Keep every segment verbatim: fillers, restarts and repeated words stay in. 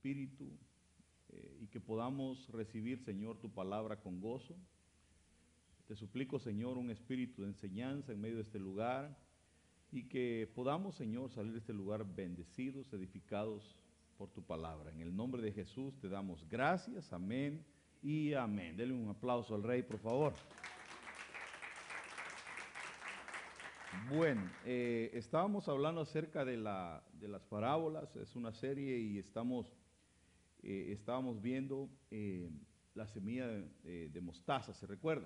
espíritu eh, y que podamos recibir, Señor, tu palabra con gozo. Te suplico, Señor, un espíritu de enseñanza en medio de este lugar y que podamos, Señor, salir de este lugar bendecidos, edificados por tu palabra. En el nombre de Jesús te damos gracias, amén y amén. Denle un aplauso al Rey, por favor. Bueno, eh, estábamos hablando acerca de, la, de las parábolas, es una serie y estamos, eh, estábamos viendo eh, la semilla de, de mostaza, ¿se recuerda?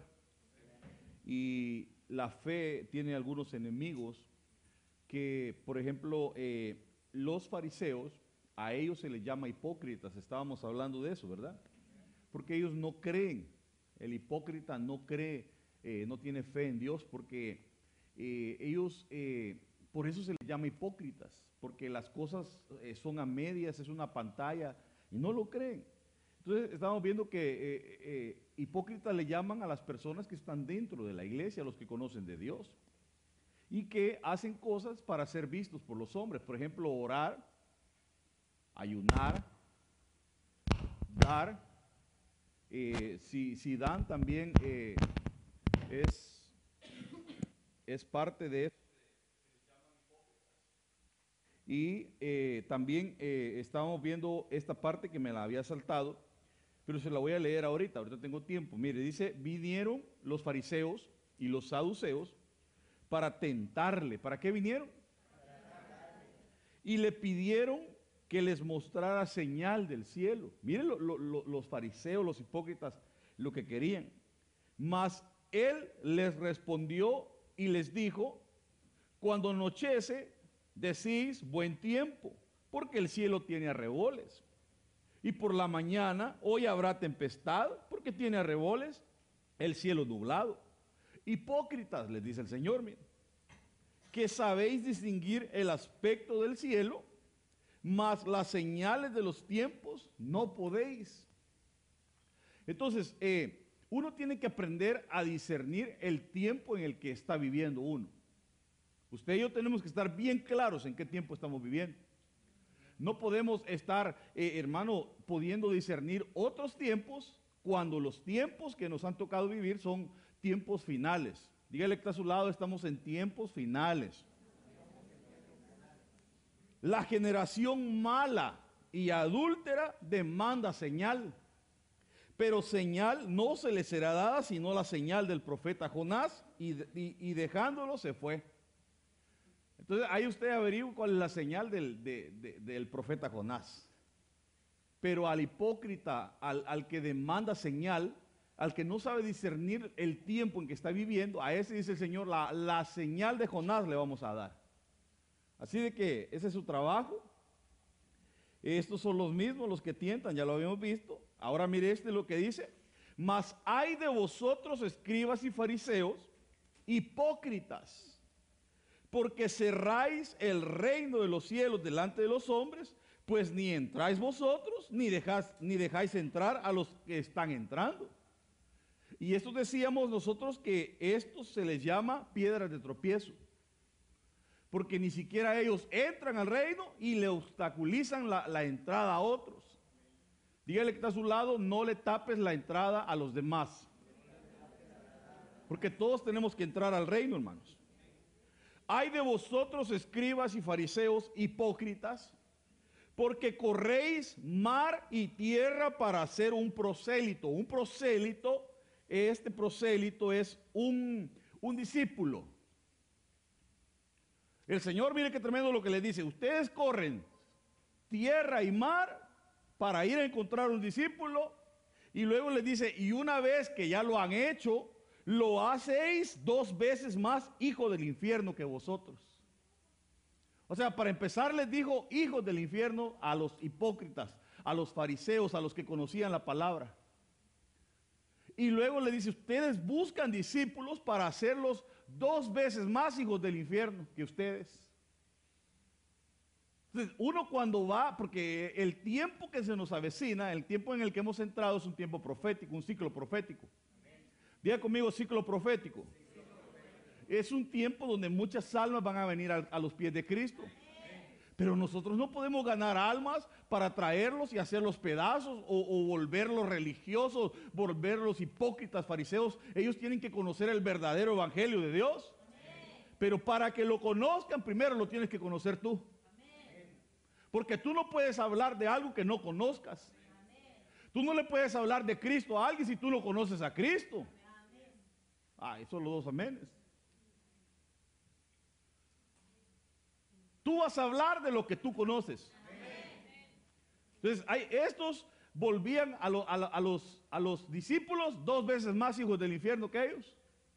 Y la fe tiene algunos enemigos que, por ejemplo, eh, los fariseos, a ellos se les llama hipócritas, estábamos hablando de eso, ¿verdad? Porque ellos no creen, el hipócrita no cree, eh, no tiene fe en Dios, porque eh, ellos, eh, por eso se les llama hipócritas, porque las cosas eh, son a medias, es una pantalla, y no lo creen. Entonces estamos viendo que eh, eh, hipócritas le llaman a las personas que están dentro de la iglesia, a los que conocen de Dios, y que hacen cosas para ser vistos por los hombres, por ejemplo, orar, ayunar, dar, eh, si, si dan también eh, es, es parte de eso. Y eh, también eh, estábamos viendo esta parte que me la había saltado, pero se la voy a leer ahorita, ahorita tengo tiempo. Mire, dice, vinieron los fariseos y los saduceos para tentarle. ¿Para qué vinieron? Y le pidieron que les mostrara señal del cielo. Miren lo, lo, lo, los fariseos, los hipócritas, lo que querían. Mas él les respondió y les dijo, cuando anochece, decís buen tiempo, porque el cielo tiene arreboles. Y por la mañana, hoy habrá tempestad, porque tiene arreboles, el cielo nublado. Hipócritas, les dice el Señor, miren, que sabéis distinguir el aspecto del cielo, mas las señales de los tiempos no podéis. Entonces, eh, uno tiene que aprender a discernir el tiempo en el que está viviendo uno. Usted y yo tenemos que estar bien claros en qué tiempo estamos viviendo. No podemos estar, eh, hermano, pudiendo discernir otros tiempos cuando los tiempos que nos han tocado vivir son tiempos finales. Dígale que está a su lado, estamos en tiempos finales. La generación mala y adúltera demanda señal, pero señal no se le será dada sino la señal del profeta Jonás, y, y, y dejándolo se fue. Entonces ahí usted averigua cuál es la señal del, de, de, del profeta Jonás. Pero al hipócrita, al, al que demanda señal, al que no sabe discernir el tiempo en que está viviendo, a ese dice el Señor, la, la señal de Jonás le vamos a dar. Así de que ese es su trabajo. Estos son los mismos los que tientan, ya lo habíamos visto. Ahora mire este lo que dice. Mas hay de vosotros, escribas y fariseos, hipócritas, porque cerráis el reino de los cielos delante de los hombres, pues ni entráis vosotros, ni dejáis, ni dejáis entrar a los que están entrando. Y esto decíamos nosotros que esto se les llama piedras de tropiezo, porque ni siquiera ellos entran al reino y le obstaculizan la, la entrada a otros. Dígale que está a su lado, no le tapes la entrada a los demás, porque todos tenemos que entrar al reino, hermanos. Hay de vosotros, escribas y fariseos, hipócritas, porque corréis mar y tierra para hacer un prosélito. Un prosélito, este prosélito es un, un discípulo. El Señor, mire qué tremendo lo que le dice. Ustedes corren tierra y mar para ir a encontrar un discípulo, y luego les dice, y una vez que ya lo han hecho, lo hacéis dos veces más hijo del infierno que vosotros. O sea, para empezar les dijo hijos del infierno a los hipócritas, a los fariseos, a los que conocían la palabra. Y luego le dice, ustedes buscan discípulos para hacerlos dos veces más hijos del infierno que ustedes. Entonces, uno cuando va, porque el tiempo que se nos avecina, el tiempo en el que hemos entrado es un tiempo profético, un ciclo profético. Diga conmigo, ciclo profético. Es un tiempo donde muchas almas van a venir a, a los pies de Cristo. Pero nosotros no podemos ganar almas para traerlos y hacerlos pedazos o, o volverlos religiosos, volverlos hipócritas, fariseos. Ellos tienen que conocer el verdadero evangelio de Dios. Amén. Pero para que lo conozcan, primero lo tienes que conocer tú. Amén. Porque tú no puedes hablar de algo que no conozcas. Amén. Tú no le puedes hablar de Cristo a alguien si tú no conoces a Cristo. Amén. Ah, esos son los dos amenes. Tú vas a hablar de lo que tú conoces. Entonces, hay, estos volvían a, lo, a, a, los, a los discípulos dos veces más hijos del infierno que ellos.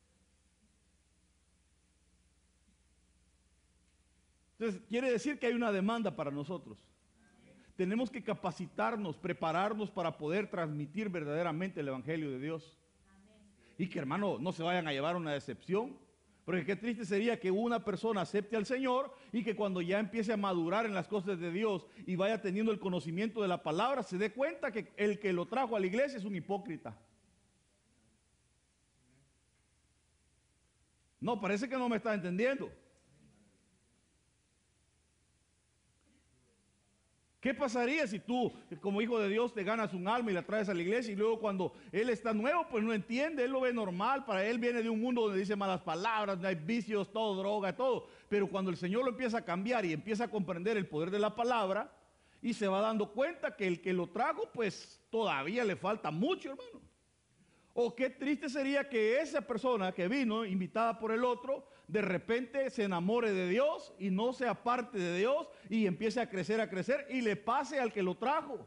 Entonces, quiere decir que hay una demanda para nosotros. Tenemos que capacitarnos, prepararnos para poder transmitir verdaderamente el evangelio de Dios. Y que, hermano, no se vayan a llevar una decepción. Porque qué triste sería que una persona acepte al Señor y que cuando ya empiece a madurar en las cosas de Dios y vaya teniendo el conocimiento de la palabra, se dé cuenta que el que lo trajo a la iglesia es un hipócrita. No, parece que no me está entendiendo. ¿Qué pasaría si tú, como hijo de Dios, te ganas un alma y la traes a la iglesia y luego cuando él está nuevo, pues no entiende, él lo ve normal, para él viene de un mundo donde dice malas palabras, hay vicios, todo, droga, todo, pero cuando el Señor lo empieza a cambiar y empieza a comprender el poder de la palabra y se va dando cuenta que el que lo trajo, pues todavía le falta mucho, hermano. O qué triste sería que esa persona que vino, invitada por el otro, de repente se enamore de Dios y no sea parte de Dios y empiece a crecer, a crecer y le pase al que lo trajo.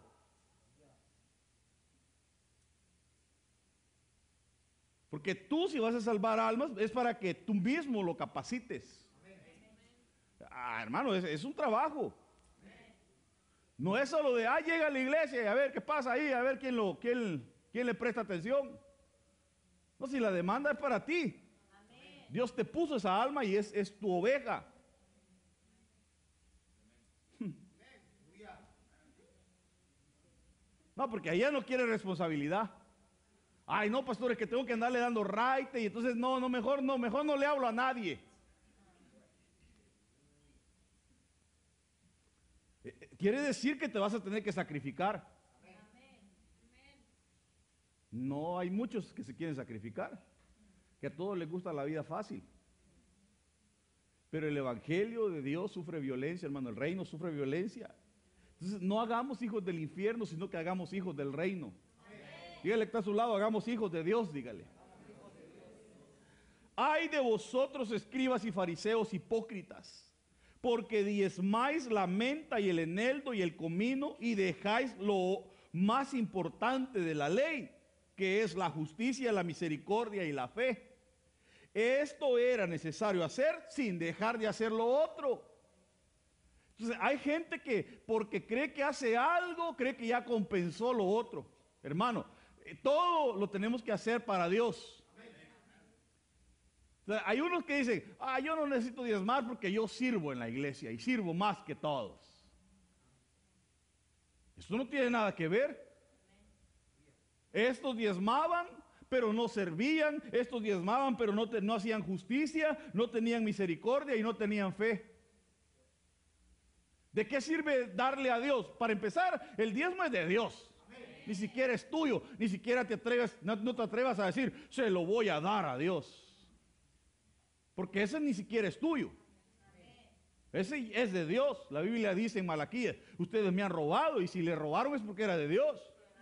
Porque tú, si vas a salvar almas, es para que tú mismo lo capacites. Ah, hermano, es, es un trabajo. No es solo de, ah, llega a la iglesia y a ver qué pasa ahí, a ver quién, lo, quién, quién le presta atención. No, si la demanda es para ti. Amén. Dios te puso esa alma y es, es tu oveja. No, porque allá no quiere responsabilidad. Ay, no, pastores, que tengo que andarle dando raite y entonces no, no, mejor no, mejor no le hablo a nadie. Quiere decir que te vas a tener que sacrificar. No hay muchos que se quieren sacrificar, que a todos les gusta la vida fácil. Pero el evangelio de Dios sufre violencia, hermano, el reino sufre violencia. Entonces no hagamos hijos del infierno, sino que hagamos hijos del reino. Amén. Dígale que está a su lado, hagamos hijos de Dios, dígale. Ay de vosotros, escribas y fariseos hipócritas, porque diezmáis la menta y el eneldo y el comino y dejáis lo más importante de la ley, que es la justicia, la misericordia y la fe. Esto era necesario hacer sin dejar de hacer lo otro. Entonces hay gente que porque cree que hace algo, cree que ya compensó lo otro. Hermano, todo lo tenemos que hacer para Dios. Entonces, hay unos que dicen, ah, yo no necesito diezmar porque yo sirvo en la iglesia y sirvo más que todos. Esto no tiene nada que ver. Estos diezmaban, pero no servían. Estos diezmaban, pero no, te, no hacían justicia, no tenían misericordia y no tenían fe. ¿De qué sirve darle a Dios? Para empezar, el diezmo es de Dios. Amén. Ni siquiera es tuyo, ni siquiera te atreves, no, no te atrevas a decir, se lo voy a dar a Dios. Porque ese ni siquiera es tuyo. Amén. Ese es de Dios. La Biblia dice en Malaquías, ustedes me han robado y si le robaron es porque era de Dios.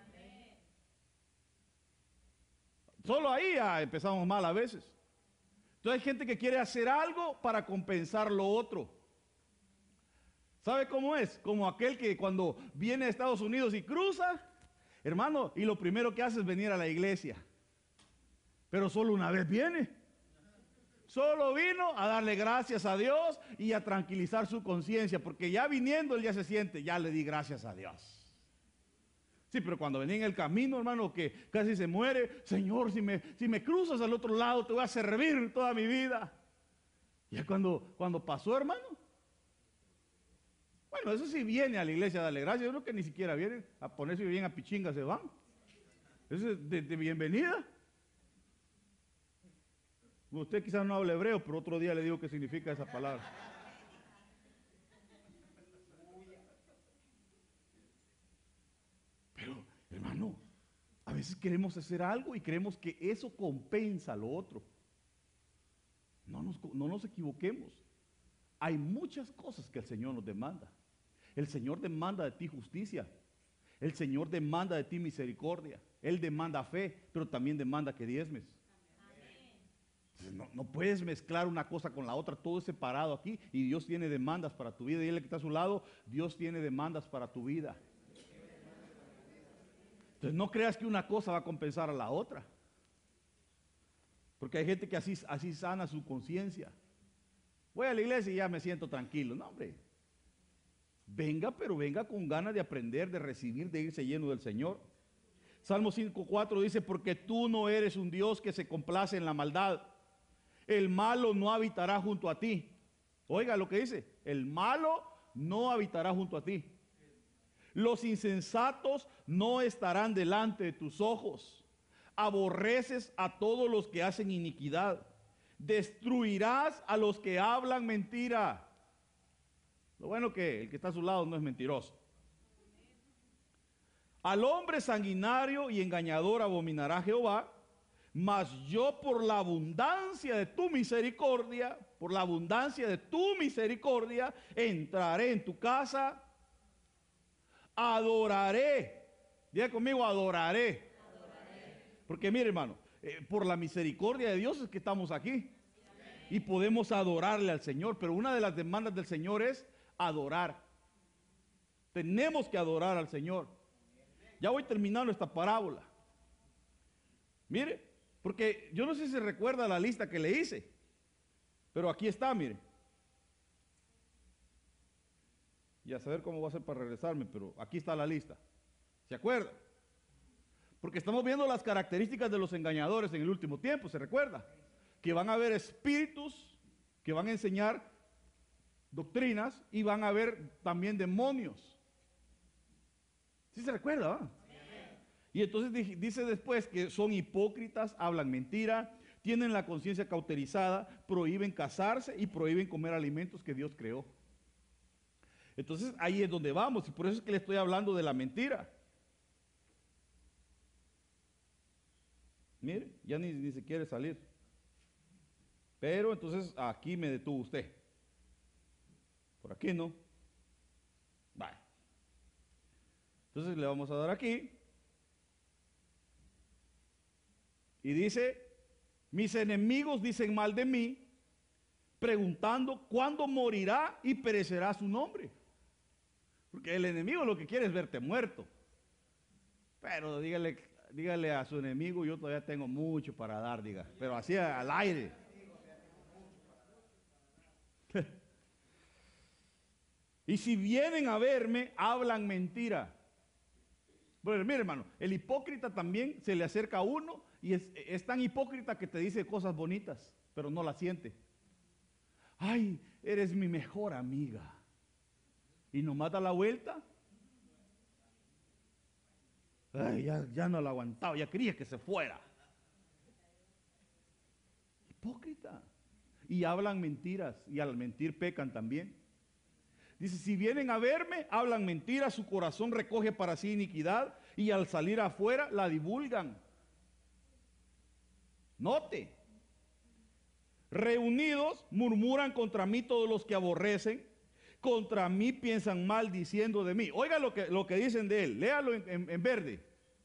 Solo ahí ya empezamos mal a veces. Entonces hay gente que quiere hacer algo para compensar lo otro. ¿Sabe cómo es? Como aquel que cuando viene a Estados Unidos y cruza, hermano, y lo primero que hace es venir a la iglesia. Pero solo una vez viene. Solo vino a darle gracias a Dios y a tranquilizar su conciencia, porque ya viniendo él ya se siente, ya le di gracias a Dios. Sí, pero cuando venía en el camino, hermano, que casi se muere, Señor, si me, si me cruzas al otro lado, te voy a servir toda mi vida. Ya cuando, cuando pasó, hermano, bueno, eso sí viene a la iglesia a darle gracias. Yo creo que ni siquiera vienen a ponerse bien a pichinga, se van. Eso es de, de bienvenida. Usted quizás no habla hebreo, pero otro día le digo qué significa esa palabra. Hermano, a veces queremos hacer algo y creemos que eso compensa lo otro. No nos, no nos equivoquemos. Hay muchas cosas que el Señor nos demanda. El Señor demanda de ti justicia. El Señor demanda de ti misericordia. Él demanda fe, pero también demanda que diezmes. Entonces, no, no puedes mezclar una cosa con la otra, todo es separado aquí. Y Dios tiene demandas para tu vida. Y Él que está a su lado, Dios tiene demandas para tu vida. Entonces no creas que una cosa va a compensar a la otra. Porque hay gente que así, así sana su conciencia. Voy a la iglesia y ya me siento tranquilo. No, hombre. Venga, pero venga con ganas de aprender, de recibir, de irse lleno del Señor. Salmo cinco cuatro dice, porque tú no eres un Dios que se complace en la maldad. El malo no habitará junto a ti. Oiga lo que dice, el malo no habitará junto a ti. Los insensatos no estarán delante de tus ojos. Aborreces a todos los que hacen iniquidad. Destruirás a los que hablan mentira. Lo bueno que el que está a su lado no es mentiroso. Al hombre sanguinario y engañador abominará Jehová, mas yo por la abundancia de tu misericordia, por la abundancia de tu misericordia, entraré en tu casa, adoraré. Diga conmigo, adoraré. Adoraré. Porque mire, hermano, eh, por la misericordia de Dios es que estamos aquí. Y podemos adorarle al Señor, pero una de las demandas del Señor es adorar. Tenemos que adorar al Señor. Ya voy terminando esta parábola. Mire, porque yo no sé si recuerda la lista que le hice, pero aquí está, mire. Y a saber cómo va a ser para regresarme, pero aquí está la lista. ¿Se acuerda? Porque estamos viendo las características de los engañadores en el último tiempo, ¿se recuerda? Que van a haber espíritus que van a enseñar doctrinas y van a haber también demonios. ¿Sí se recuerda? ¿Va? Y entonces dice después que son hipócritas, hablan mentira, tienen la conciencia cauterizada, prohíben casarse y prohíben comer alimentos que Dios creó. Entonces ahí es donde vamos y por eso es que le estoy hablando de la mentira. Mire, ya ni, ni se quiere salir. Pero entonces aquí me detuvo usted. Por aquí no. Vale. Entonces le vamos a dar aquí. Y dice, mis enemigos dicen mal de mí, preguntando cuándo morirá y perecerá su nombre. Porque el enemigo lo que quiere es verte muerto. Pero dígale, dígale a su enemigo, yo todavía tengo mucho para dar, diga. Pero así al aire. Y si vienen a verme, hablan mentira. Bueno, mire, hermano, el hipócrita también se le acerca a uno y es, es tan hipócrita que te dice cosas bonitas, pero no las siente. Ay, eres mi mejor amiga. Y nomás da la vuelta. Ay, ya, ya no la aguantaba, ya quería que se fuera. Hipócrita. Y hablan mentiras, y al mentir pecan también. Dice, si vienen a verme, hablan mentiras, su corazón recoge para sí iniquidad, y al salir afuera la divulgan. Note, reunidos murmuran contra mí todos los que aborrecen, contra mí piensan mal diciendo de mí. Oiga lo que, lo que dicen de él, léalo en, en, en verde.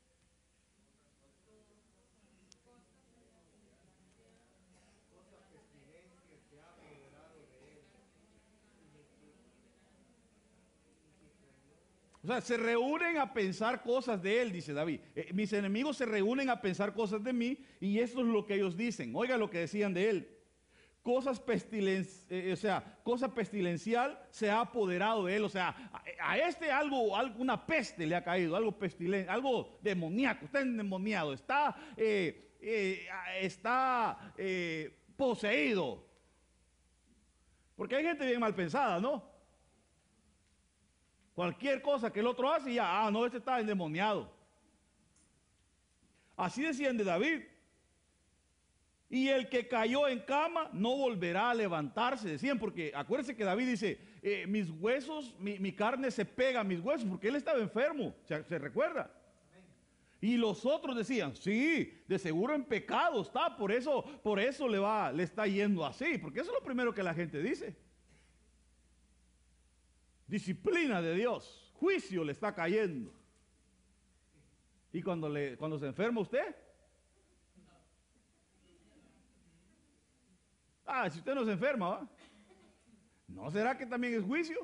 O sea, se reúnen a pensar cosas de él, dice David. Eh, mis enemigos se reúnen a pensar cosas de mí y eso es lo que ellos dicen. Oiga lo que decían de él. Cosas pestilenciales, eh, o sea, cosa pestilencial se ha apoderado de él. O sea, a, a este algo, algo, una peste le ha caído, algo pestilencial, algo demoníaco. Está endemoniado, está, eh, eh, está eh, poseído. Porque hay gente bien mal pensada, ¿no? Cualquier cosa que el otro hace, ya, ah, no, este está endemoniado. Así decían de David. Y el que cayó en cama no volverá a levantarse, decían, porque acuérdense que David dice, eh, mis huesos, mi, mi carne se pega a mis huesos, porque él estaba enfermo, ¿se, se recuerda? Y los otros decían, sí, de seguro en pecado está, por eso, por eso le va, le está yendo así, porque eso es lo primero que la gente dice. Disciplina de Dios, juicio le está cayendo. Y cuando le, cuando se enferma usted, ah, si usted no se enferma, ¿va? ¿No será que también es juicio?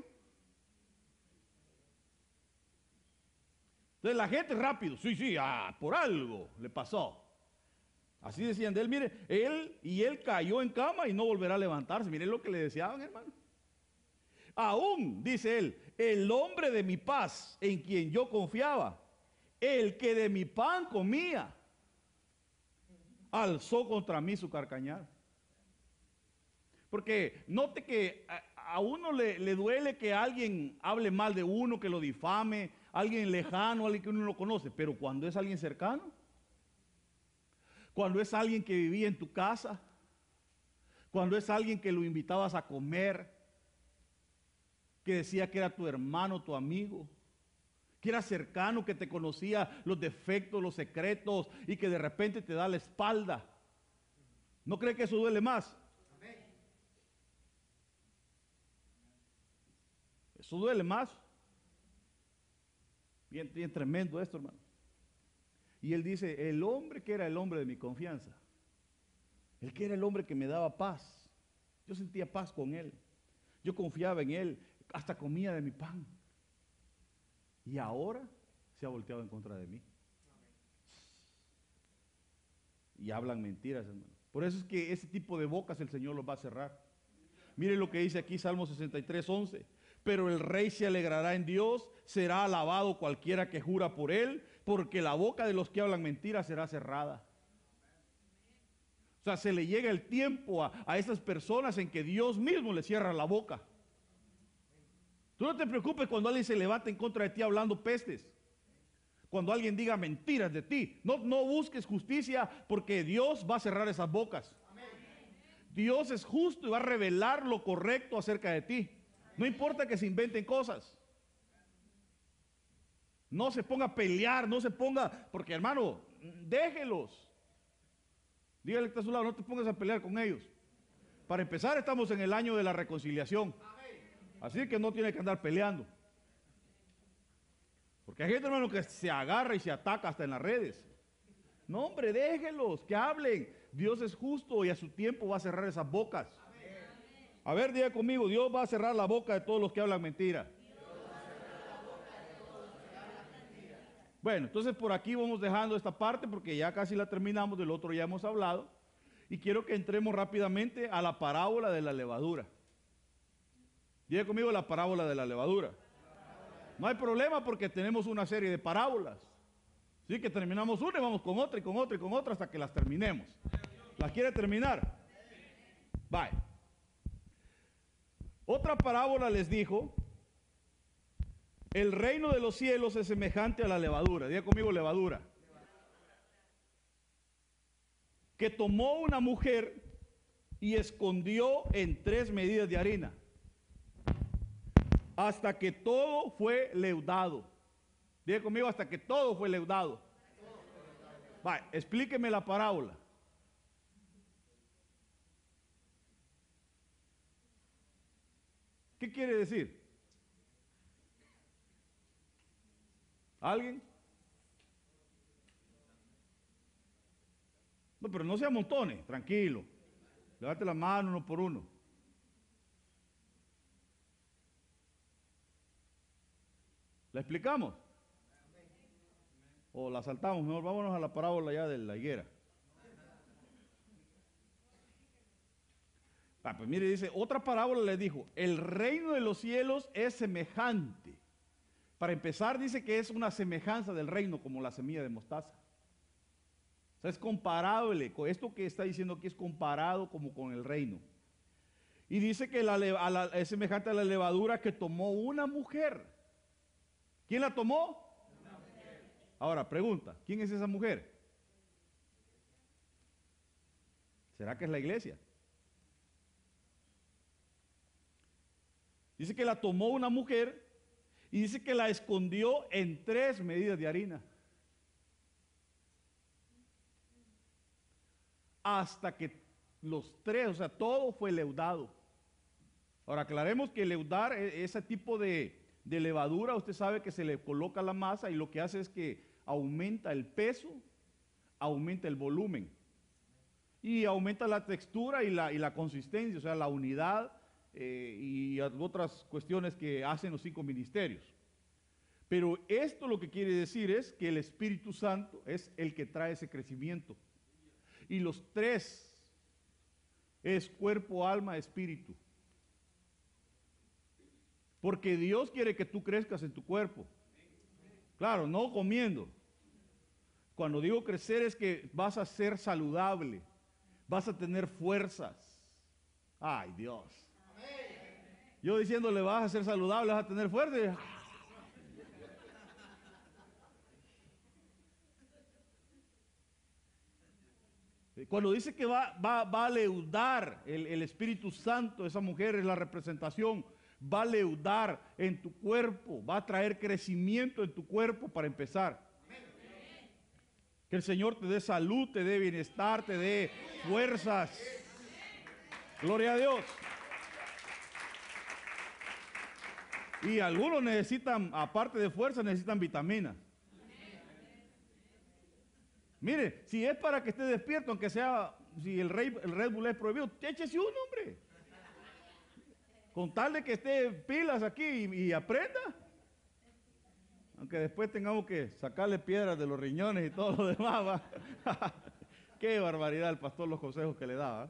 Entonces la gente rápido, sí, sí, ah, por algo le pasó. Así decían de él, mire, él y él cayó en cama y no volverá a levantarse. Mire lo que le deseaban, hermano. Aún, dice él, el hombre de mi paz, en quien yo confiaba, el que de mi pan comía, alzó contra mí su carcañal. Porque note que a, a uno le, le duele que alguien hable mal de uno, que lo difame, alguien lejano, alguien que uno no conoce, pero cuando es alguien cercano, cuando es alguien que vivía en tu casa, cuando es alguien que lo invitabas a comer, que decía que era tu hermano, tu amigo, que era cercano, que te conocía los defectos, los secretos y que de repente te da la espalda. ¿No cree que eso duele más? Eso duele más. Bien, bien tremendo esto, hermano. Y él dice, el hombre que era el hombre de mi confianza, el que era el hombre que me daba paz, yo sentía paz con él, yo confiaba en él, hasta comía de mi pan. Y ahora se ha volteado en contra de mí. Y hablan mentiras, hermano. Por eso es que ese tipo de bocas el Señor los va a cerrar. Mire lo que dice aquí Salmo sesenta y tres, once. Pero el rey se alegrará en Dios, será alabado cualquiera que jura por él, porque la boca de los que hablan mentiras será cerrada. O sea, se le llega el tiempo a, a esas personas en que Dios mismo le cierra la boca. Tú no te preocupes cuando alguien se levanta en contra de ti hablando pestes. Cuando alguien diga mentiras de ti. No, no busques justicia porque Dios va a cerrar esas bocas. Dios es justo y va a revelar lo correcto acerca de ti. No importa que se inventen cosas. No se ponga a pelear, no se ponga, porque hermano, déjelos. Dígale que está a su lado, no te pongas a pelear con ellos. Para empezar, estamos en el año de la reconciliación. Así que no tiene que andar peleando. Porque hay gente, hermano, que se agarra y se ataca hasta en las redes. No, hombre, déjelos, que hablen. Dios es justo y a su tiempo va a cerrar esas bocas. A ver, diga conmigo, Dios va a cerrar la boca de todos los que hablan mentira. Bueno, entonces por aquí vamos dejando esta parte porque ya casi la terminamos, del otro ya hemos hablado. Y quiero que entremos rápidamente a la parábola de la levadura. Diga conmigo la parábola de la levadura. No hay problema porque tenemos una serie de parábolas. Así que terminamos una y vamos con otra y con otra y con otra hasta que las terminemos. ¿Las quiere terminar? Bye. Otra parábola les dijo, el reino de los cielos es semejante a la levadura. Diga conmigo levadura. Que tomó una mujer y escondió en tres medidas de harina, hasta que todo fue leudado. Diga conmigo, hasta que todo fue leudado. Vaya, explíqueme la parábola. ¿Qué quiere decir? ¿Alguien? No, pero no se amontone, tranquilo. Levante la mano uno por uno. ¿La explicamos? ¿O la saltamos? Mejor vámonos a la parábola ya de la higuera. Ah, pues mire, dice, otra parábola le dijo, el reino de los cielos es semejante. Para empezar, dice que es una semejanza del reino como la semilla de mostaza. O sea, es comparable, con esto que está diciendo aquí es comparado como con el reino. Y dice que la, a la, es semejante a la levadura que tomó una mujer. ¿Quién la tomó? Una mujer. Ahora, pregunta, ¿quién es esa mujer? ¿Será que es la iglesia? Dice que la tomó una mujer y dice que la escondió en tres medidas de harina. hasta que los tres, o sea, todo fue leudado. Ahora aclaremos que leudar, ese tipo de, de levadura, usted sabe que se le coloca la masa y lo que hace es que aumenta el peso, aumenta el volumen y aumenta la textura y la, y la consistencia, o sea, la unidad eh, y otras cuestiones que hacen los cinco ministerios. Pero esto lo que quiere decir es que el Espíritu Santo es el que trae ese crecimiento. Y los tres es cuerpo, alma, espíritu. Porque Dios quiere que tú crezcas en tu cuerpo. Claro, no comiendo. Cuando digo crecer es que vas a ser saludable, vas a tener fuerzas. Ay, Dios. Yo diciéndole vas a ser saludable, vas a tener fuerza. Cuando dice que va, va, va a leudar el, el Espíritu Santo, esa mujer es la representación, va a leudar en tu cuerpo, va a traer crecimiento en tu cuerpo para empezar. Que el Señor te dé salud, te dé bienestar, te dé fuerzas. Gloria a Dios. Y algunos necesitan, aparte de fuerza, necesitan vitaminas. Mire, si es para que esté despierto, aunque sea, si el, rey, el Red Bull es prohibido, échese uno, hombre. Con tal de que esté pilas aquí y, y aprenda. Aunque después tengamos que sacarle piedras de los riñones y todo lo demás, ¿va? Qué barbaridad el pastor los consejos que le daba.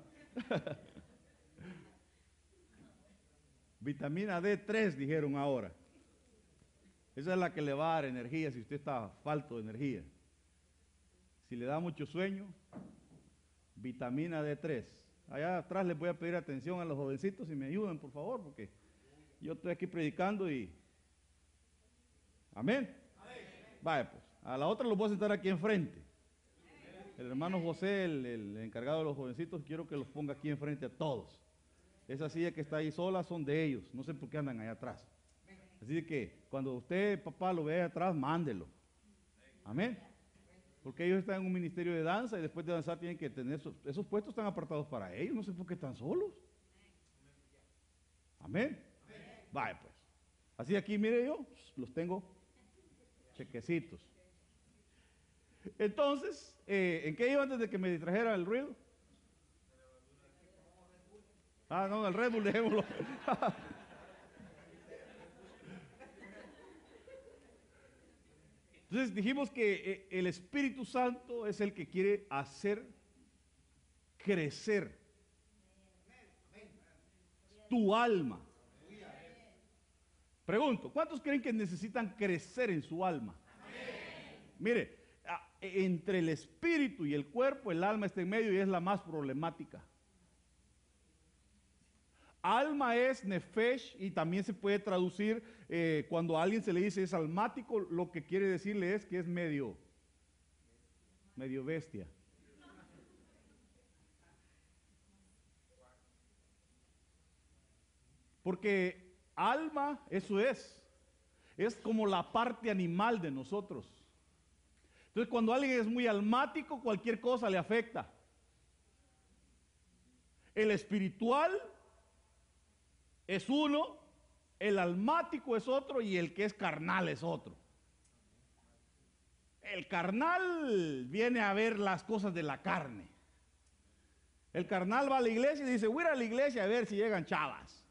Vitamina D tres dijeron ahora. Esa es la que le va a dar energía si usted está falto de energía. Si le da mucho sueño, vitamina D tres. Allá atrás les voy a pedir atención a los jovencitos si me ayudan, por favor, porque yo estoy aquí predicando y... Amén. Vaya pues, a la otra los voy a sentar aquí enfrente. El hermano José, el, el encargado de los jovencitos, quiero que los ponga aquí enfrente a todos. Esa silla que está ahí sola son de ellos, no sé por qué andan allá atrás. Así que cuando usted, papá, lo vea atrás, mándelo. Amén. Porque ellos están en un ministerio de danza y después de danzar tienen que tener, esos, esos puestos están apartados para ellos, no sé por qué están solos. Amén. Vaya pues. Así aquí, mire yo, los tengo chequecitos. Entonces, eh, ¿en qué iba antes de que me distrajera el ruido? Ah, no, el Red Bull, dejémoslo. Entonces dijimos que el Espíritu Santo es el que quiere hacer crecer tu alma. Pregunto, ¿cuántos creen que necesitan crecer en su alma? Mire, entre el espíritu y el cuerpo, el alma está en medio y es la más problemática. Alma es nefesh y también se puede traducir eh, cuando a alguien se le dice es almático, lo que quiere decirle es que es medio, medio bestia. Porque alma, eso es, es como la parte animal de nosotros. Entonces cuando alguien es muy almático, cualquier cosa le afecta. El espiritual es uno, el almático es otro y el que es carnal es otro. El carnal viene a ver las cosas de la carne. El carnal va a la iglesia y dice, voy a ir a la iglesia a ver si llegan chavas.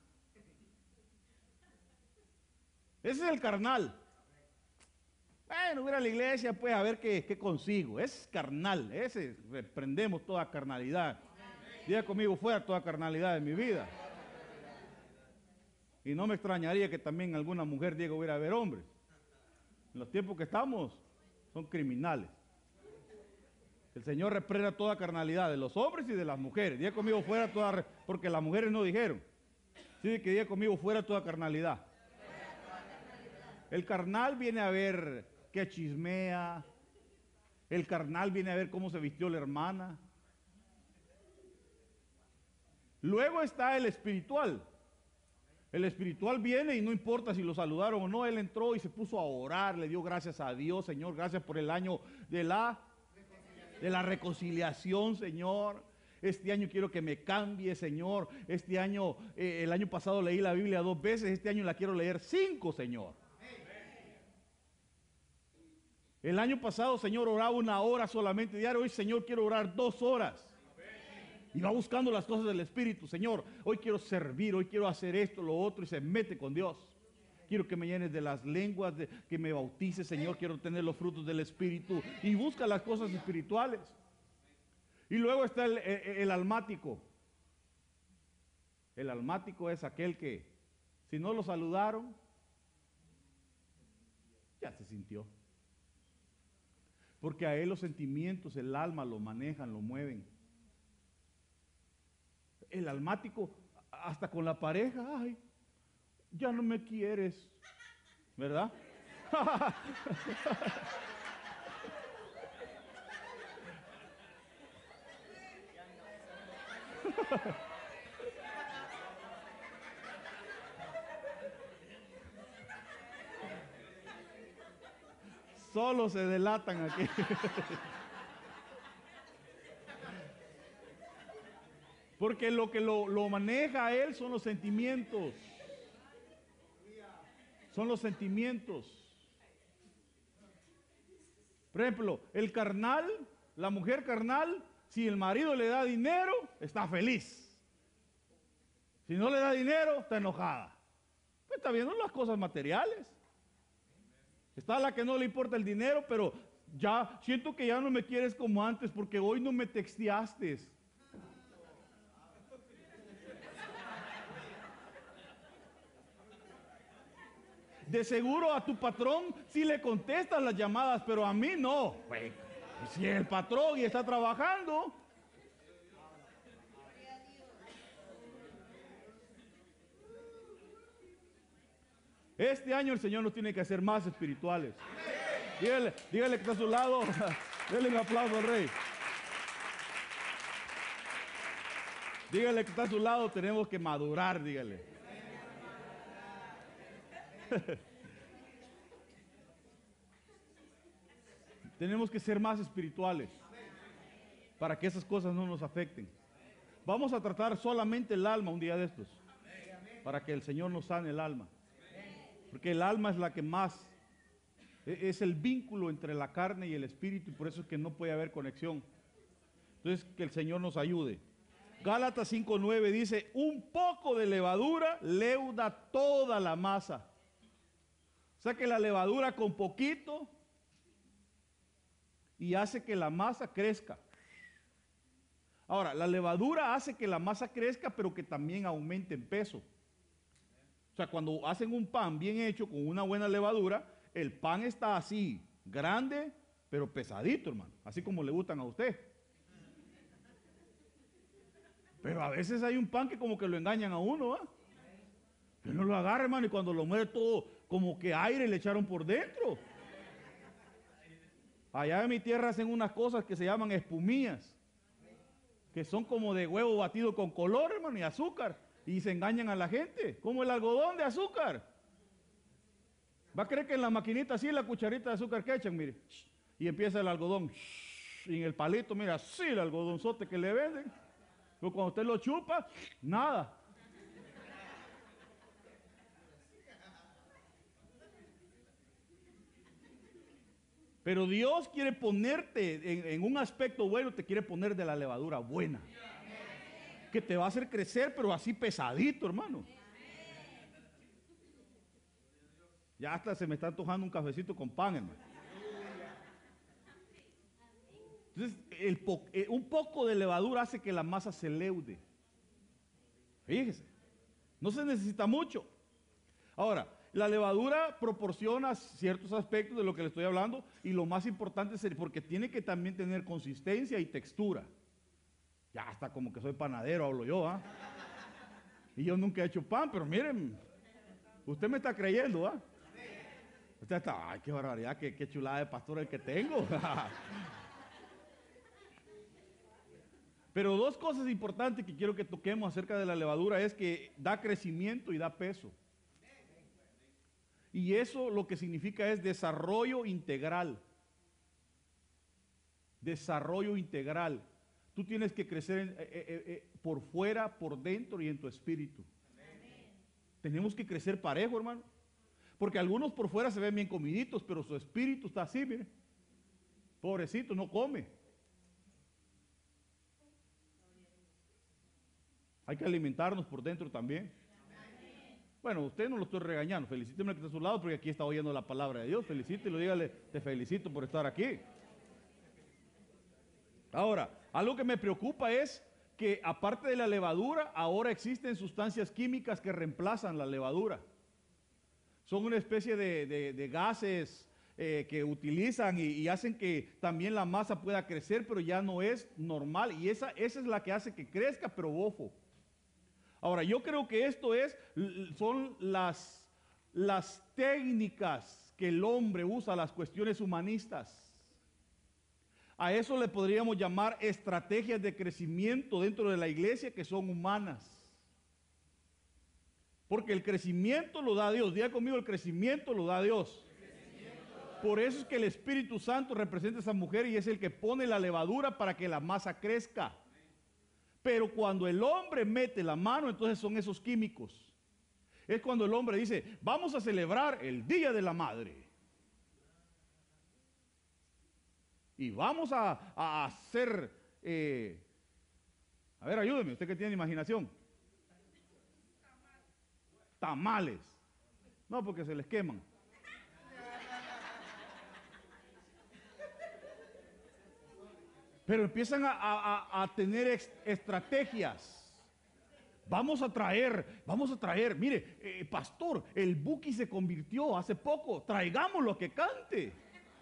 Ese es el carnal. Bueno, voy a ir a la iglesia pues a ver qué, qué consigo. Es carnal, ese reprendemos toda carnalidad. Diga conmigo, fuera toda carnalidad de mi vida. Y no me extrañaría que también alguna mujer diga voy a ir a ver hombres. En los tiempos que estamos son criminales. El Señor reprenda toda carnalidad de los hombres y de las mujeres. Diga conmigo fuera toda, porque las mujeres no dijeron. Sí, que diga conmigo fuera toda carnalidad. El carnal viene a ver qué chismea. El carnal viene a ver cómo se vistió la hermana. Luego está el espiritual. El espiritual viene y no importa si lo saludaron o no, él entró y se puso a orar, le dio gracias a Dios, Señor, gracias por el año de la, de la reconciliación, Señor. Este año quiero que me cambie, Señor. Este año, eh, el año pasado leí la Biblia dos veces, este año la quiero leer cinco, Señor. El año pasado, Señor, oraba una hora solamente diario. Hoy, Señor, quiero orar dos horas. Y va buscando las cosas del Espíritu. Señor, hoy quiero servir, hoy quiero hacer esto, lo otro, y se mete con Dios. Quiero que me llenes de las lenguas, de, que me bautice, Señor. Quiero tener los frutos del Espíritu. Y busca las cosas espirituales. Y luego está el, el, el almático. El almático es aquel que, si no lo saludaron, ya se sintió. Porque a él los sentimientos, el alma lo manejan, lo mueven. El almático, hasta con la pareja, ay, ya no me quieres, ¿verdad? Solo se delatan aquí. Porque lo que lo, lo maneja a él son los sentimientos. Son los sentimientos. Por ejemplo, el carnal, la mujer carnal, si el marido le da dinero, está feliz. Si no le da dinero, está enojada. Pues está viendo las cosas materiales. Está la que no le importa el dinero, pero ya siento que ya no me quieres como antes porque hoy no me texteaste. De seguro a tu patrón sí le contestas las llamadas, pero a mí no. Pues, si el patrón y está trabajando. Este año el Señor nos tiene que hacer más espirituales. Dígale, dígale que está a su lado. Denle un aplauso al Rey. Dígale que está a su lado, tenemos que madurar, dígale. Tenemos que ser más espirituales para que esas cosas no nos afecten. Vamos a tratar solamente el alma un día de estos, para que el Señor nos sane el alma. Porque el alma es la que más, es el vínculo entre la carne y el espíritu, y por eso es que no puede haber conexión. Entonces, que el Señor nos ayude. Gálatas cinco nueve dice, un poco de levadura leuda toda la masa. O sea que la levadura con poquito y hace que la masa crezca. Ahora, la levadura hace que la masa crezca, pero que también aumente en peso. O sea, cuando hacen un pan bien hecho con una buena levadura, el pan está así, grande, pero pesadito, hermano. Así como le gustan a usted. Pero a veces hay un pan que como que lo engañan a uno, ¿ah? Que no lo agarra, hermano, y cuando lo mueve todo, como que aire le echaron por dentro. Allá en mi tierra hacen unas cosas que se llaman espumillas, que son como de huevo batido con color, hermano, y azúcar, y se engañan a la gente, como el algodón de azúcar. Va a creer que en la maquinita así, la cucharita de azúcar que echan, mire, y empieza el algodón, y en el palito, mira, así el algodonzote que le venden. Pero cuando usted lo chupa, nada. Pero Dios quiere ponerte en, en un aspecto bueno, te quiere poner de la levadura buena. Que te va a hacer crecer, pero así pesadito, hermano. Ya hasta se me está antojando un cafecito con pan, hermano. Entonces, el po eh, un poco de levadura hace que la masa se leude. Fíjese, no se necesita mucho. Ahora, la levadura proporciona ciertos aspectos de lo que le estoy hablando y lo más importante es porque tiene que también tener consistencia y textura. Ya hasta como que soy panadero, hablo yo, ¿ah? Y yo nunca he hecho pan, pero miren, usted me está creyendo, ¿ah? Usted está, ay, qué barbaridad, qué, qué chulada de pastor el que tengo. Pero dos cosas importantes que quiero que toquemos acerca de la levadura es que da crecimiento y da peso. Y eso lo que significa es desarrollo integral. Desarrollo integral. tú tienes que crecer en, eh, eh, eh, por fuera, por dentro y en tu espíritu. Amén. Tenemos que crecer parejo, hermano. Porque algunos por fuera se ven bien comiditos, pero su espíritu está así, mire. Pobrecito, no come. Hay que alimentarnos por dentro también. Bueno, usted no lo estoy regañando, felicíteme que está a su lado porque aquí está oyendo la palabra de Dios, felicítelo, dígale, te felicito por estar aquí. Ahora, algo que me preocupa es que aparte de la levadura, ahora existen sustancias químicas que reemplazan la levadura. Son una especie de, de, de gases eh, que utilizan y, y hacen que también la masa pueda crecer, pero ya no es normal, y esa, esa es la que hace que crezca, pero bofo. Ahora, yo creo que esto es, son las, las técnicas que el hombre usa, las cuestiones humanistas. A eso le podríamos llamar estrategias de crecimiento dentro de la iglesia que son humanas. Porque el crecimiento lo da Dios. Diga conmigo, el crecimiento lo da Dios. Por eso es que el Espíritu Santo representa a esa mujer y es el que pone la levadura para que la masa crezca. Pero cuando el hombre mete la mano, entonces son esos químicos. Es cuando el hombre dice, vamos a celebrar el Día de la Madre. Y vamos a, a hacer, eh, a ver, ayúdeme, usted que tiene imaginación. Tamales. No, porque se les queman. Pero empiezan a, a, a tener ex, estrategias. Vamos a traer, vamos a traer, mire, eh, pastor, el Buki se convirtió hace poco, traigámoslo a que cante.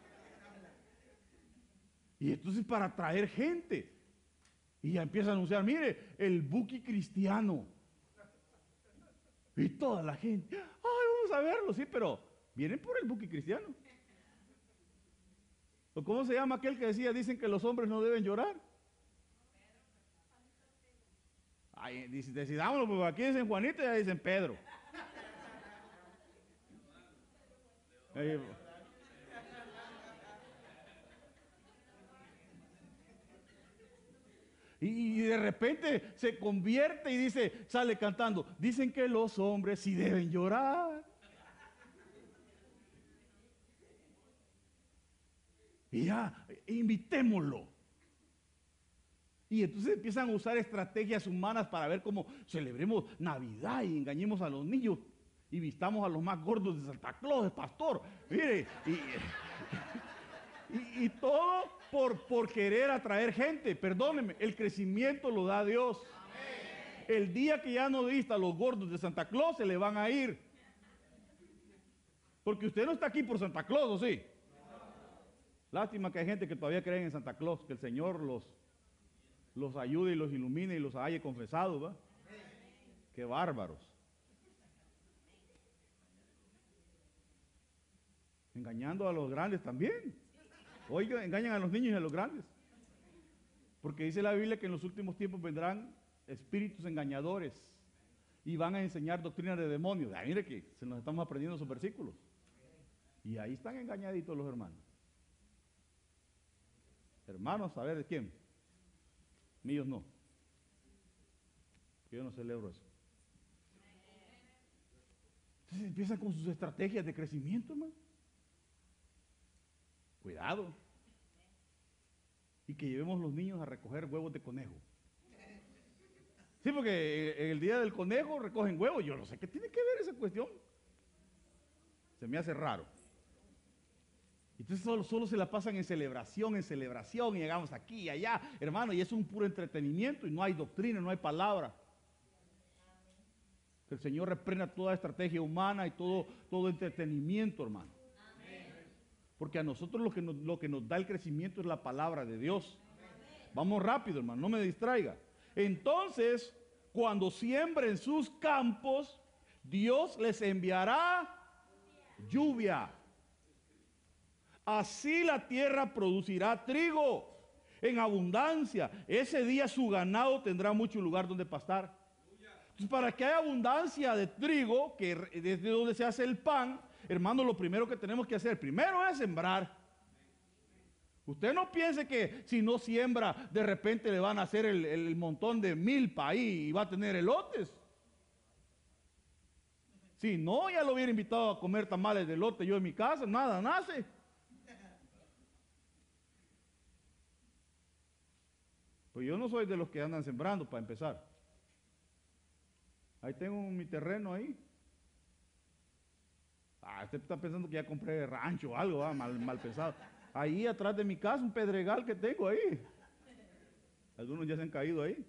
Y entonces para traer gente. Y ya empieza a anunciar, mire, el Buki cristiano. Y toda la gente, ay, vamos a verlo, sí, pero vienen por el Buki cristiano. ¿O cómo se llama aquel que decía, dicen que los hombres no deben llorar? Ay, dice, decidámoslo, porque aquí dicen Juanito y allá dicen Pedro. Ahí, y de repente se convierte y dice, sale cantando, dicen que los hombres sí deben llorar. Y ya, invitémoslo. Y entonces empiezan a usar estrategias humanas para ver cómo celebremos Navidad y engañemos a los niños y vistamos a los más gordos de Santa Claus, pastor. Mire, y, y, y todo por, por querer atraer gente. Perdónenme, el crecimiento lo da Dios. Amén. El día que ya no vista a los gordos de Santa Claus, se le van a ir. Porque usted no está aquí por Santa Claus, ¿o sí? Lástima que hay gente que todavía cree en Santa Claus, que el Señor los, los ayude y los ilumine y los haya confesado, ¿va? Qué bárbaros. Engañando a los grandes también. Oiga, engañan a los niños y a los grandes. Porque dice la Biblia que en los últimos tiempos vendrán espíritus engañadores y van a enseñar doctrinas de demonios. Ah, mire que se nos estamos aprendiendo esos versículos. Y ahí están engañaditos los hermanos. Hermanos, a ver de quién. Míos no. Yo no celebro eso. Entonces empiezan con sus estrategias de crecimiento, hermano. Cuidado. Y que llevemos los niños a recoger huevos de conejo. Sí, porque en el día del conejo recogen huevos. Yo no sé qué tiene que ver esa cuestión. Se me hace raro. Entonces solo, solo se la pasan en celebración, en celebración, y llegamos aquí y allá, hermano, y es un puro entretenimiento y no hay doctrina, no hay palabra. Que el Señor reprenda toda estrategia humana y todo, todo entretenimiento, hermano. Amén. Porque a nosotros lo que, nos, lo que nos da el crecimiento es la palabra de Dios. Amén. Vamos rápido, hermano, no me distraiga. Entonces, cuando siembren sus campos, Dios les enviará lluvia. Así la tierra producirá trigo en abundancia. Ese día su ganado tendrá mucho lugar donde pastar. Entonces, para que haya abundancia de trigo, que desde donde se hace el pan, hermano, lo primero que tenemos que hacer, primero es sembrar. Usted no piense que si no siembra, de repente le van a hacer el, el montón de milpa ahí y va a tener elotes. Si no, ya lo hubiera invitado a comer tamales de elote yo en mi casa, nada nace. Pues yo no soy de los que andan sembrando para empezar. Ahí tengo mi terreno ahí. Ah, usted está pensando que ya compré rancho o algo, ah, mal, mal pensado. Ahí atrás de mi casa, un pedregal que tengo ahí. Algunos ya se han caído ahí.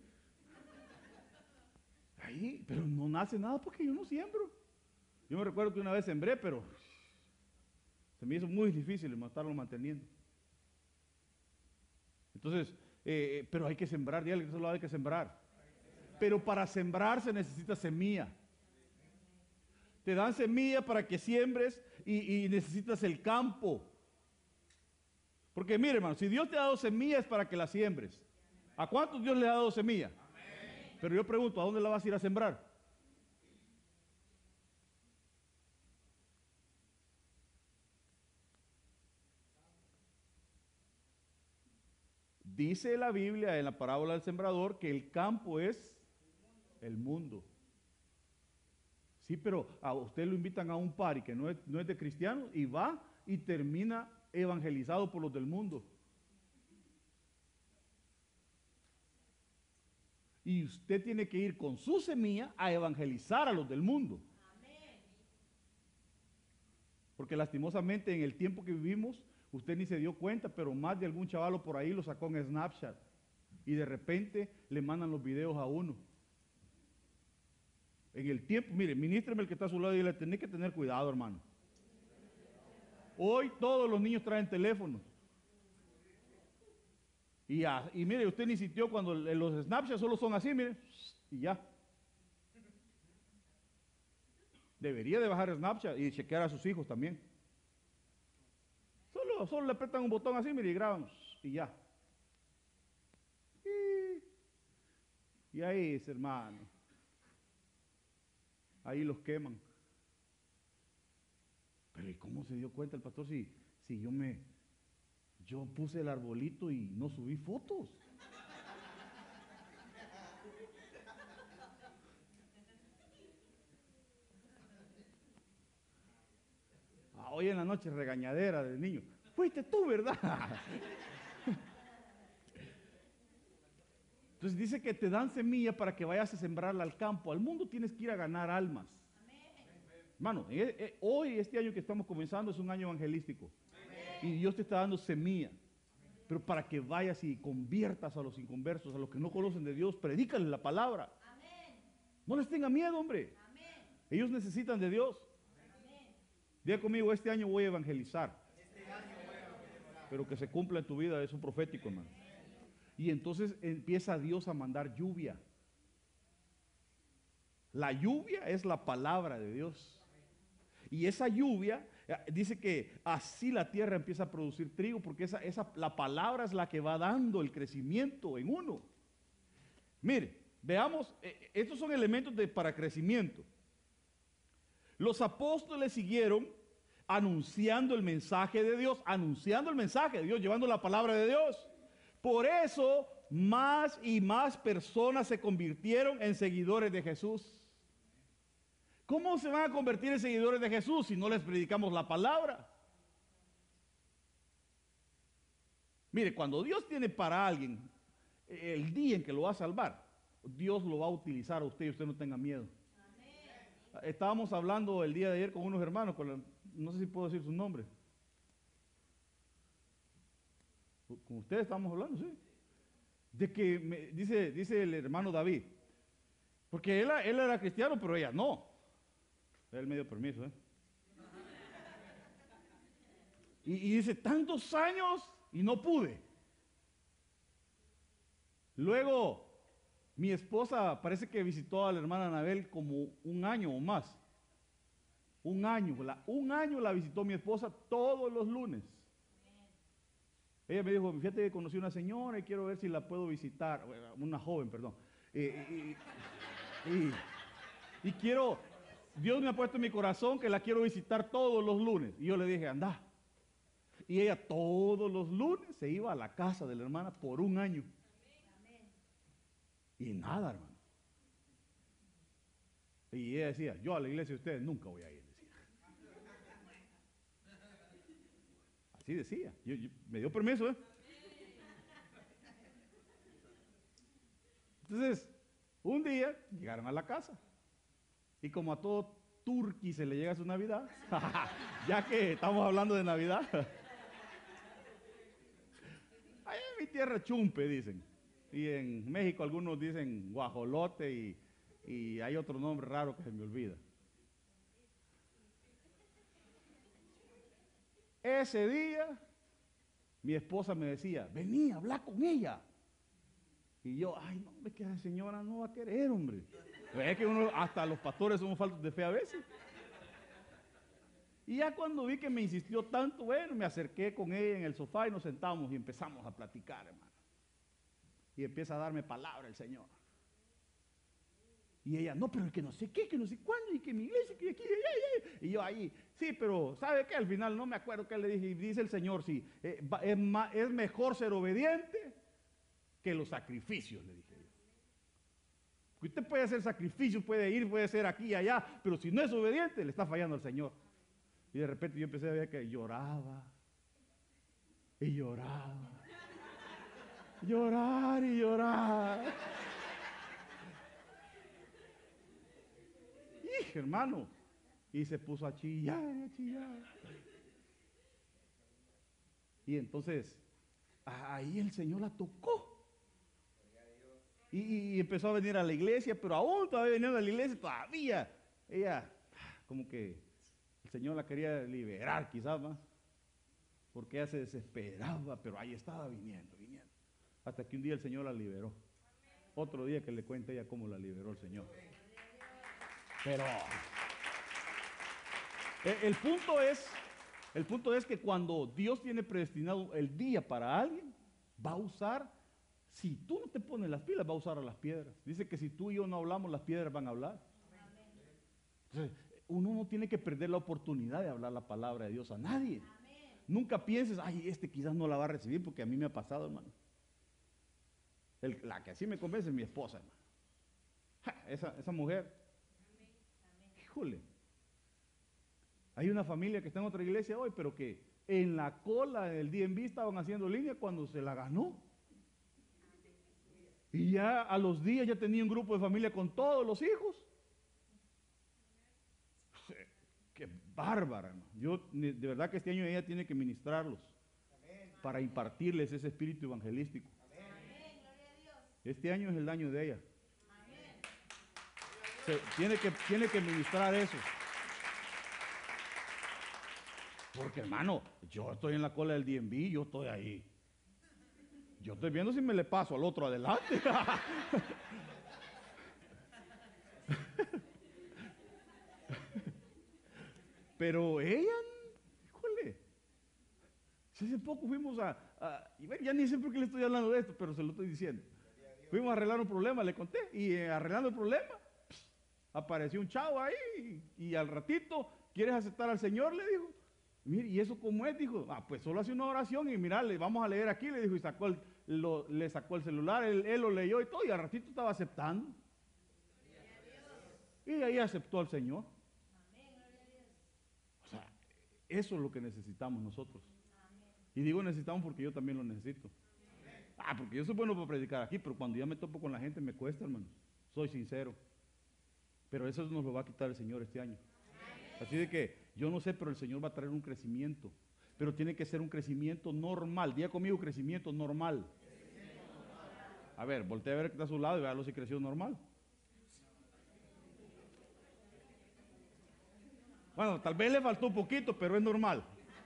Ahí, pero no nace nada porque yo no siembro. Yo me recuerdo que una vez sembré, pero se me hizo muy difícil estarlo manteniendo. Entonces, eh, pero hay que sembrar, dígale que solo hay que sembrar. Pero para sembrar se necesita semilla. Te dan semilla para que siembres y, y necesitas el campo. Porque mire, hermano, si Dios te ha dado semillas para que la siembres, ¿a cuántos Dios le ha dado semilla? Amén. Pero yo pregunto, ¿a dónde la vas a ir a sembrar? Dice la Biblia en la parábola del sembrador que el campo es el mundo. Sí, pero a usted lo invitan a un party que no es, no es de cristianos y va y termina evangelizado por los del mundo. Y usted tiene que ir con su semilla a evangelizar a los del mundo. Porque lastimosamente en el tiempo que vivimos, usted ni se dio cuenta, pero más de algún chavalo por ahí lo sacó en Snapchat. Y de repente le mandan los videos a uno. En el tiempo, mire, ministreme el que está a su lado y le tiene que tener cuidado, hermano. Hoy todos los niños traen teléfonos. Y, ya, y mire, usted ni sintió cuando los Snapchat solo son así, mire, y ya. Debería de bajar Snapchat y chequear a sus hijos también. Solo, solo le apretan un botón así, mire, y graban, y ya. Y, y ahí es, hermano. Ahí los queman. Pero ¿y cómo se dio cuenta el pastor si, si yo me, yo puse el arbolito y no subí fotos? Ah, hoy en la noche regañadera del niño. Fuiste tú, ¿verdad? Entonces dice que te dan semilla para que vayas a sembrarla al campo. Al mundo tienes que ir a ganar almas. Hermano, eh, eh, hoy, este año que estamos comenzando, es un año evangelístico. Amén. Y Dios te está dando semilla. Amén. Pero para que vayas y conviertas a los inconversos, a los que no conocen de Dios, predícales la palabra. Amén. No les tenga miedo, hombre. Amén. Ellos necesitan de Dios. Amén. Diga conmigo, este año voy a evangelizar. Este año voy a evangelizar. Pero que se cumpla en tu vida, es un profético, hermano. Y entonces empieza Dios a mandar lluvia. La lluvia es la palabra de Dios. Y esa lluvia, dice que así la tierra empieza a producir trigo, porque esa, esa, la palabra es la que va dando el crecimiento en uno. Mire, veamos, eh, estos son elementos de, para crecimiento. Los apóstoles siguieron anunciando el mensaje de Dios, anunciando el mensaje de Dios, llevando la palabra de Dios. Por eso, más y más personas se convirtieron en seguidores de Jesús. ¿Cómo se van a convertir en seguidores de Jesús si no les predicamos la palabra? Mire, cuando Dios tiene para alguien el día en que lo va a salvar, Dios lo va a utilizar a usted y usted no tenga miedo. Amén. Estábamos hablando el día de ayer con unos hermanos, con la, no sé si puedo decir su nombre. Con ustedes estábamos hablando, sí. De que me, dice, dice el hermano David, porque él, él era cristiano, pero ella no. Él me dio permiso, ¿eh? Y, y dice, tantos años y no pude. Luego, mi esposa parece que visitó a la hermana Anabel como un año o más. Un año, la, un año la visitó mi esposa todos los lunes. Ella me dijo, fíjate que conocí a una señora y quiero ver si la puedo visitar. Una joven, perdón. Eh, y, y, y quiero... Dios me ha puesto en mi corazón que la quiero visitar todos los lunes. Y yo le dije, anda. Y ella todos los lunes se iba a la casa de la hermana por un año. Y nada, hermano. Y ella decía, yo a la iglesia de ustedes nunca voy a ir, decía. Así decía. Yo, yo- me dio permiso, ¿eh? Entonces, un día llegaron a la casa. Y como a todo turqui se le llega su Navidad, ya que estamos hablando de Navidad. Allá en mi tierra chumpe, dicen. Y en México algunos dicen guajolote y, y hay otro nombre raro que se me olvida. Ese día, mi esposa me decía, vení, habla con ella. Y yo, ay, no, es que esa señora no va a querer, hombre. Es que uno, hasta los pastores somos faltos de fe a veces. Y ya cuando vi que me insistió tanto, bueno, me acerqué con ella en el sofá y nos sentamos y empezamos a platicar, hermano. Y empieza a darme palabra el Señor. Y ella, no, pero es que no sé qué, que no sé cuándo, y que mi iglesia, que aquí, y, y, y. Y yo ahí, sí, pero ¿sabe qué? Al final no me acuerdo qué le dije. Y dice el Señor, sí, eh, va- es, ma- es mejor ser obediente que los sacrificios, le dije yo. Porque usted puede hacer sacrificios, puede ir, puede ser aquí y allá, pero si no es obediente, le está fallando al Señor. Y de repente yo empecé a ver que lloraba, y lloraba, llorar y llorar. Y hermano, y se puso a chillar y a chillar. Y entonces, ahí el Señor la tocó. Y, y empezó a venir a la iglesia, pero aún todavía viniendo a la iglesia, todavía ella, como que el Señor la quería liberar quizás más, porque ella se desesperaba, pero ahí estaba viniendo, viniendo. Hasta que un día el Señor la liberó. Otro día que le cuente ella cómo la liberó el Señor. Pero eh, el punto es, el punto es que cuando Dios tiene predestinado el día para alguien, va a usar, si tú no te pones las pilas, va a usar a las piedras. Dice que si tú y yo no hablamos, las piedras van a hablar. Entonces, uno no tiene que perder la oportunidad de hablar la palabra de Dios a nadie. Nunca pienses, ay, este quizás no la va a recibir, porque a mí me ha pasado, hermano. El- la que así me convence es mi esposa, hermano. Ja, esa, esa mujer, híjole. Hay una familia que está en otra iglesia hoy, pero que en la cola del D M V estaban haciendo línea cuando se la ganó. Y ya a los días ya tenía un grupo de familia con todos los hijos. Qué bárbara, hermano. Yo de verdad que este año ella tiene que ministrarlos para impartirles ese espíritu evangelístico. Este año es el año de ella. Se, tiene, que, tiene que ministrar eso. Porque hermano, yo estoy en la cola del D M V, yo estoy ahí. Yo estoy viendo si me le paso al otro adelante. Pero ella, híjole, si hace poco fuimos a, a- y bueno, ya ni sé por qué le estoy hablando de esto, pero se lo estoy diciendo. Fuimos a arreglar un problema, le conté, y eh, arreglando el problema, pss, apareció un chavo ahí, y, y al ratito, ¿quieres aceptar al Señor? Le dijo. Mire, ¿y eso cómo es? Dijo, ah, pues solo hace una oración y mira, le vamos a leer aquí, le dijo, y sacó el, lo- le sacó el celular, él, él lo leyó y todo, y al ratito estaba aceptando. Y ahí aceptó al Señor. O sea, eso es lo que necesitamos nosotros. Y digo necesitamos porque yo también lo necesito. Ah, porque yo soy bueno para predicar aquí, pero cuando ya me topo con la gente me cuesta, hermano. Soy sincero. Pero eso nos lo va a quitar el Señor este año. Así de que yo no sé, pero el Señor va a traer un crecimiento. Pero tiene que ser un crecimiento normal. Diga conmigo, crecimiento normal. A ver, voltea a ver que está a su lado y véalo si creció normal. Bueno, tal vez le faltó un poquito, pero es normal.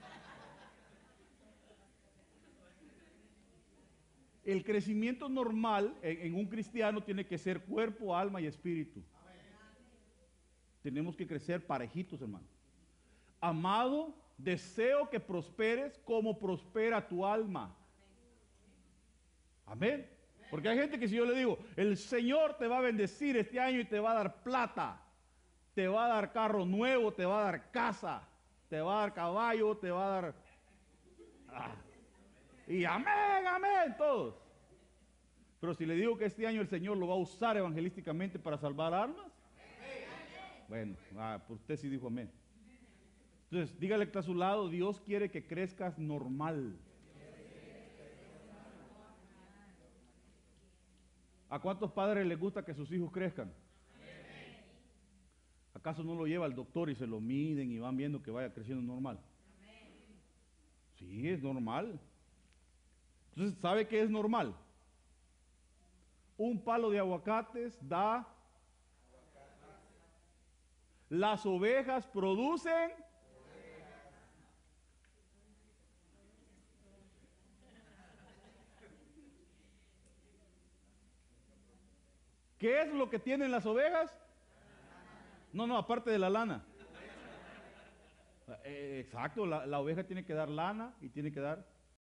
El crecimiento normal en, en un cristiano tiene que ser cuerpo, alma y espíritu. Tenemos que crecer parejitos, hermano. Amado, deseo que prosperes como prospera tu alma. Amén. Porque hay gente que si yo le digo, el Señor te va a bendecir este año y te va a dar plata, te va a dar carro nuevo, te va a dar casa, te va a dar caballo, te va a dar... Y amén, amén, todos. Pero si le digo que este año el Señor lo va a usar evangelísticamente para salvar almas, bueno, ah, pues usted sí dijo amén. Entonces, dígale que está a su lado, Dios quiere que crezcas normal. ¿A cuántos padres les gusta que sus hijos crezcan? ¿Acaso no lo lleva al doctor y se lo miden y van viendo que vaya creciendo normal? Sí, es normal. Entonces, ¿sabe qué es normal? Un palo de aguacates da... Las ovejas producen... ¿Qué es lo que tienen las ovejas? No, no, aparte de la lana. Eh, exacto, la, la oveja tiene que dar lana y tiene que dar...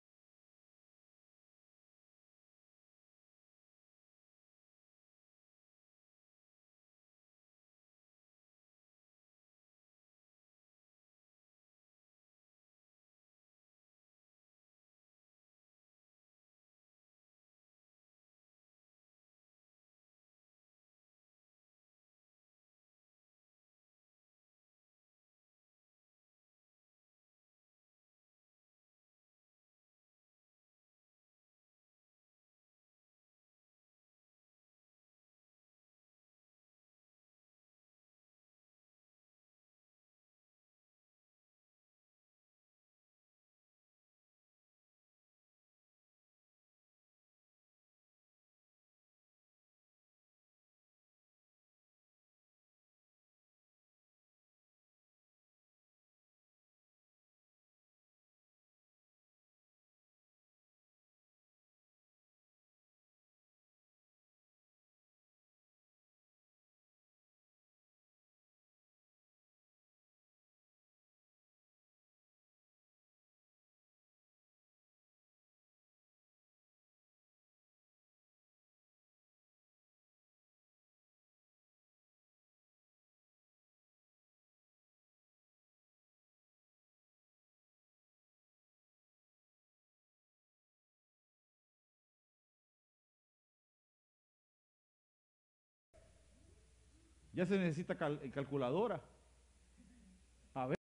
Ya se necesita cal- calculadora. A ver.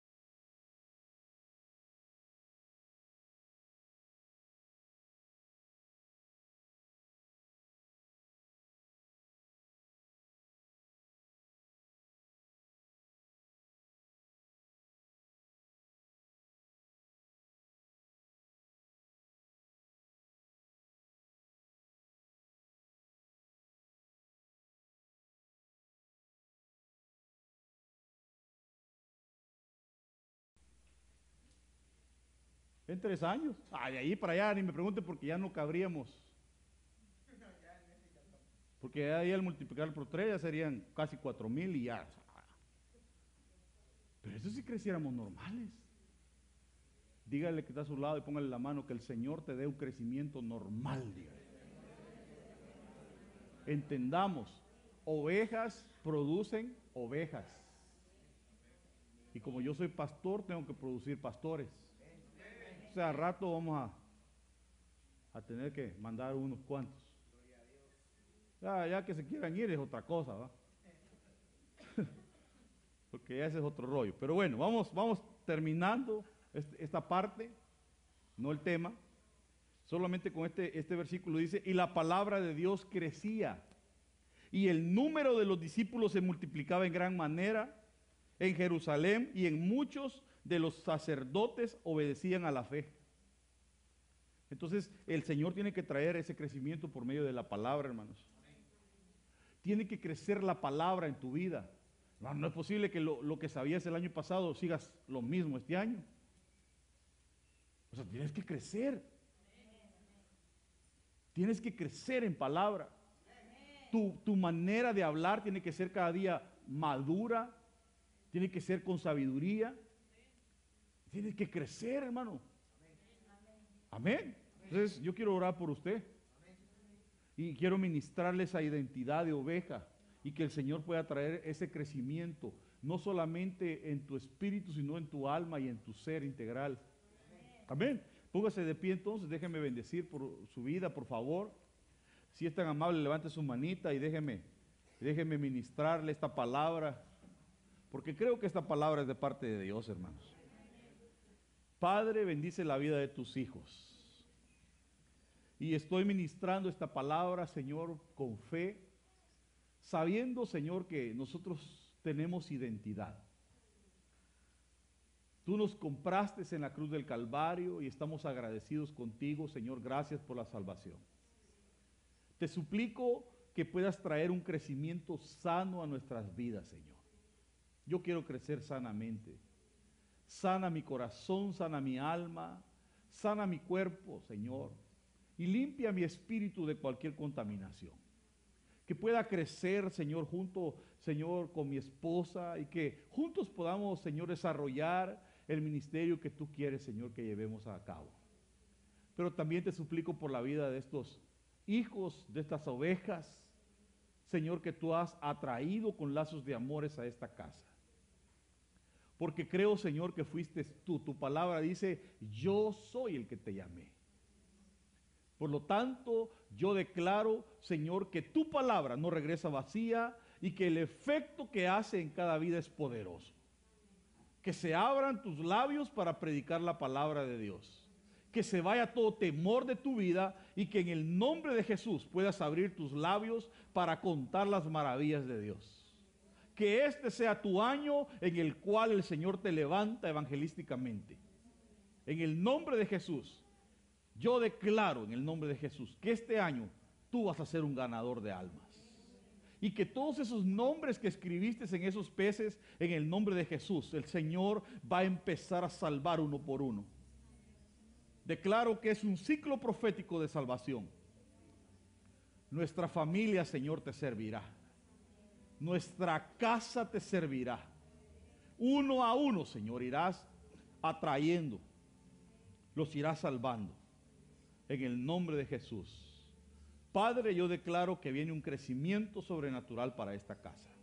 En tres años. Ah, de ahí para allá, ni me pregunte porque ya no cabríamos. Porque ahí al multiplicar por tres ya serían casi cuatro mil y ya. Pero eso si creciéramos normales. Dígale que está a su lado y póngale la mano que el Señor te dé un crecimiento normal. Dígale. Entendamos, ovejas producen ovejas. Y como yo soy pastor, tengo que producir pastores. O sea, a rato vamos a, a tener que mandar unos cuantos. Ya, ya que se quieran ir es otra cosa, ¿va? Porque ya ese es otro rollo. Pero bueno, vamos, vamos terminando este, esta parte, no el tema. Solamente con este, este versículo dice, y la palabra de Dios crecía, y el número de los discípulos se multiplicaba en gran manera en Jerusalén, y en muchos de los sacerdotes obedecían a la fe. Entonces, el Señor tiene que traer ese crecimiento por medio de la palabra, hermanos. Tiene que crecer la palabra en tu vida. No, no es posible que lo, lo que sabías el año pasado sigas lo mismo este año. O sea, tienes que crecer. Tienes que crecer en palabra. Tu, tu manera de hablar tiene que ser cada día madura. Tiene que ser con sabiduría. Tienes que crecer, hermano. Amén. Entonces, yo quiero orar por usted. Y quiero ministrarle esa identidad de oveja. Y que el Señor pueda traer ese crecimiento. No solamente en tu espíritu, sino en tu alma y en tu ser integral. Amén. Póngase de pie entonces, déjeme bendecir por su vida, por favor. Si es tan amable, levante su manita y déjeme, déjeme ministrarle esta palabra, porque creo que esta palabra es de parte de Dios, hermanos. Padre, bendice la vida de tus hijos. Y estoy ministrando esta palabra, Señor, con fe, sabiendo, Señor, que nosotros tenemos identidad. Tú nos compraste en la cruz del Calvario y estamos agradecidos contigo, Señor. Gracias por la salvación. Te suplico que puedas traer un crecimiento sano a nuestras vidas, Señor. Yo quiero crecer sanamente. Sana mi corazón, sana mi alma, sana mi cuerpo, Señor. Y limpia mi espíritu de cualquier contaminación. Que pueda crecer, Señor, junto, Señor, con mi esposa y que juntos podamos, Señor, desarrollar el ministerio que tú quieres, Señor, que llevemos a cabo. Pero también te suplico por la vida de estos hijos, de estas ovejas, Señor, que tú has atraído con lazos de amores a esta casa. Porque creo, Señor, que fuiste tú. Tu palabra dice, yo soy el que te llamé. Por lo tanto, yo declaro, Señor, que tu palabra no regresa vacía y que el efecto que hace en cada vida es poderoso. Que se abran tus labios para predicar la palabra de Dios. Que se vaya todo temor de tu vida y que en el nombre de Jesús puedas abrir tus labios para contar las maravillas de Dios. Que este sea tu año en el cual el Señor te levanta evangelísticamente. En el nombre de Jesús. Yo declaro en el nombre de Jesús que este año tú vas a ser un ganador de almas. Y que todos esos nombres que escribiste en esos peces, en el nombre de Jesús, el Señor va a empezar a salvar uno por uno. Declaro que es un ciclo profético de salvación. Nuestra familia, Señor, te servirá. Nuestra casa te servirá. Uno a uno, Señor, irás atrayendo. Los irás salvando. En el nombre de Jesús. Padre, yo declaro que viene un crecimiento sobrenatural para esta casa.